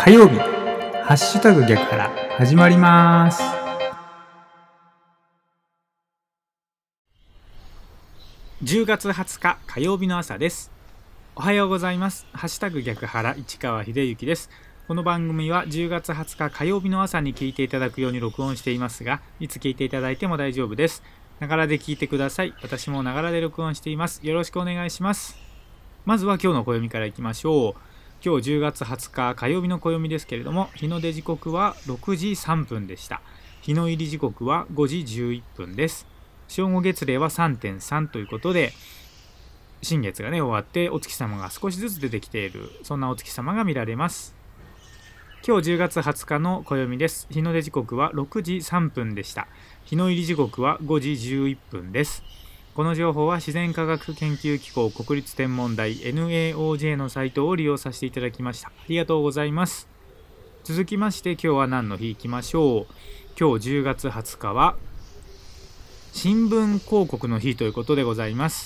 火曜日ハッシュタグ逆腹始まります。10月20日火曜日の朝です。おはようございます。ハッシュタグ逆腹市川秀幸です。この番組は10月20日火曜日の朝に聞いていただくように録音していますが、いつ聞いていただいても大丈夫です。ながらで聞いてください。私もながらで録音しています。よろしくお願いします。まずは今日の暦からいきましょう。今日10月20日火曜日の暦ですけれども、日の出時刻は6時3分でした。日の入り時刻は5時11分です。正午月齢は 3.3 ということで、新月が終わってお月様が少しずつ出てきている、そんなお月様が見られます。今日10月20日の暦です。日の出時刻は6時3分でした。日の入り時刻は5時11分です。この情報は自然科学研究機構国立天文台 NAOJ のサイトを利用させていただきました。ありがとうございます。続きまして今日は何の日いきましょう。今日10月20日は新聞広告の日ということでございます。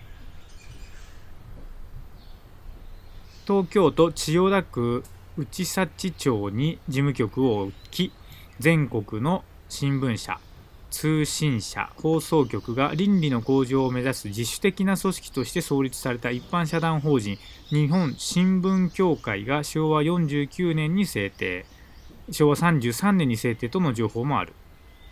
東京都千代田区内幸町に事務局を置き、全国の新聞社、通信社、放送局が倫理の向上を目指す自主的な組織として創立された一般社団法人日本新聞協会が昭和49年に制定、昭和33年に制定との情報もある。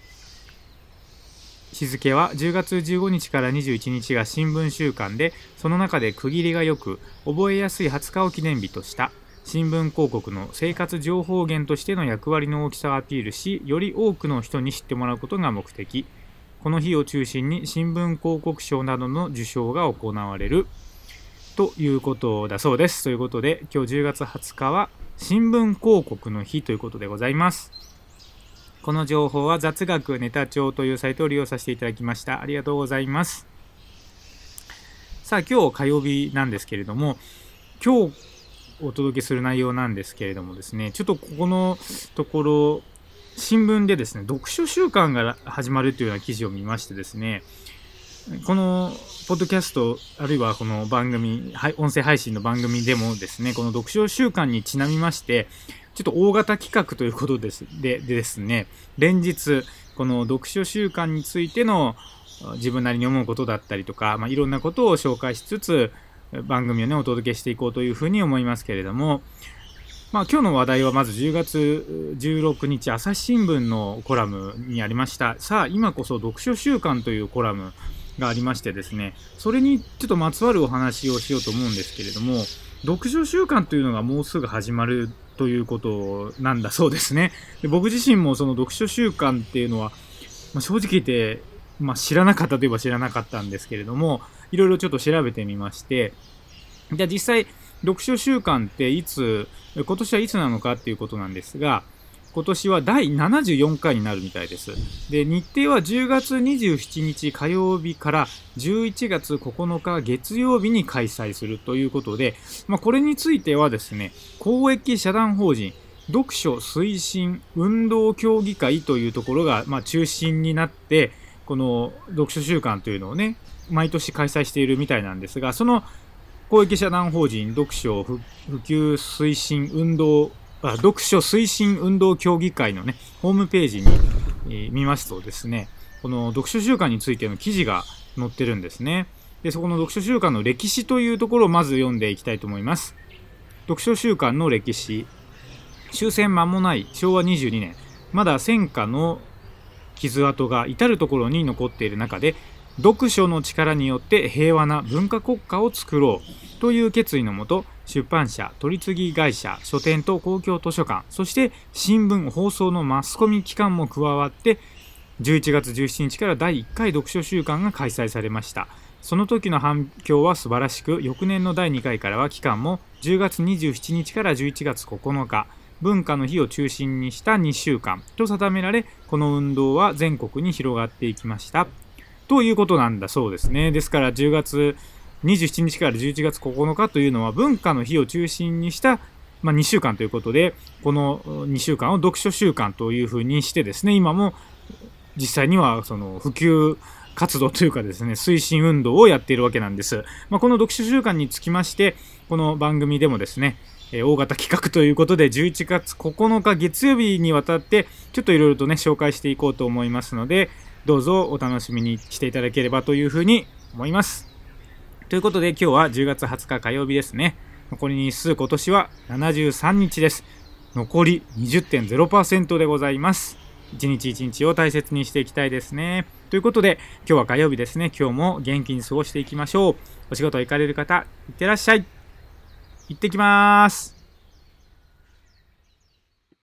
日付は10月15日から21日が新聞週間で、その中で区切りがよく覚えやすい20日を記念日とした新聞広告の生活情報源としての役割の大きさをアピールし、より多くの人に知ってもらうことが目的。この日を中心に新聞広告賞などの受賞が行われるということだそうです。ということで今日10月20日は新聞広告の日ということでございます。この情報は雑学ネタ帳というサイトを利用させていただきました。ありがとうございます。さあ今日火曜日なんですけれども、今日お届けする内容なんですけれどもですね、ちょっとここのところ新聞でですね、読書週間が始まるというような記事を見ましてですね、このポッドキャストあるいはこの番組、音声配信の番組でもですね、この読書週間にちなみましてちょっと大型企画ということですでですね、連日この読書週間についての自分なりに思うことだったりとか、いろんなことを紹介しつつ番組をお届けしていこうというふうに思いますけれども、今日の話題はまず10月16日朝日新聞のコラムにありました。さあ今こそ読書週間というコラムがありましてですね、それにちょっとまつわるお話をしようと思うんですけれども、読書週間というのがもうすぐ始まるということなんだそうですね。で僕自身もその読書週間っていうのは、正直言って、知らなかったといえば知らなかったんですけれども、いろいろちょっと調べてみまして、じゃあ実際読書週間って今年はいつなのかっていうことなんですが、今年は第74回になるみたいです。で、日程は10月27日火曜日から11月9日月曜日に開催するということで、これについてはですね、公益社団法人読書推進運動協議会というところが中心になって、この読書週間というのをね、毎年開催しているみたいなんですが、その公益社団法人読書普及推進運動読書推進運動協議会のねホームページに、見ますとですね、この読書週間についての記事が載ってるんですね。でそこの読書週間の歴史というところをまず読んでいきたいと思います。読書週間の歴史。終戦間もない昭和22年、まだ戦火の傷跡が至るところに残っている中で、読書の力によって平和な文化国家を作ろうという決意のもと、出版社、取次会社、書店と公共図書館、そして新聞、放送のマスコミ機関も加わって11月17日から第1回読書週間が開催されました。その時の反響は素晴らしく、翌年の第2回からは期間も10月27日から11月9日、文化の日を中心にした2週間と定められ、この運動は全国に広がっていきましたということなんだそうですね。ですから10月27日から11月9日というのは文化の日を中心にした2週間ということで、この2週間を読書週間というふうにしてですね、今も実際にはその普及活動というかですね、推進運動をやっているわけなんです。この読書週間につきまして、この番組でもですね、 大型企画ということで11月9日月曜日にわたってちょっといろいろとね紹介していこうと思いますので、どうぞお楽しみにしていただければというふうに思います。ということで今日は10月20日火曜日ですね。残り日数今年は73日です。残り 20.0% でございます。一日一日を大切にしていきたいですね。ということで今日は火曜日ですね。今日も元気に過ごしていきましょう。お仕事行かれる方、いってらっしゃい。行ってきます。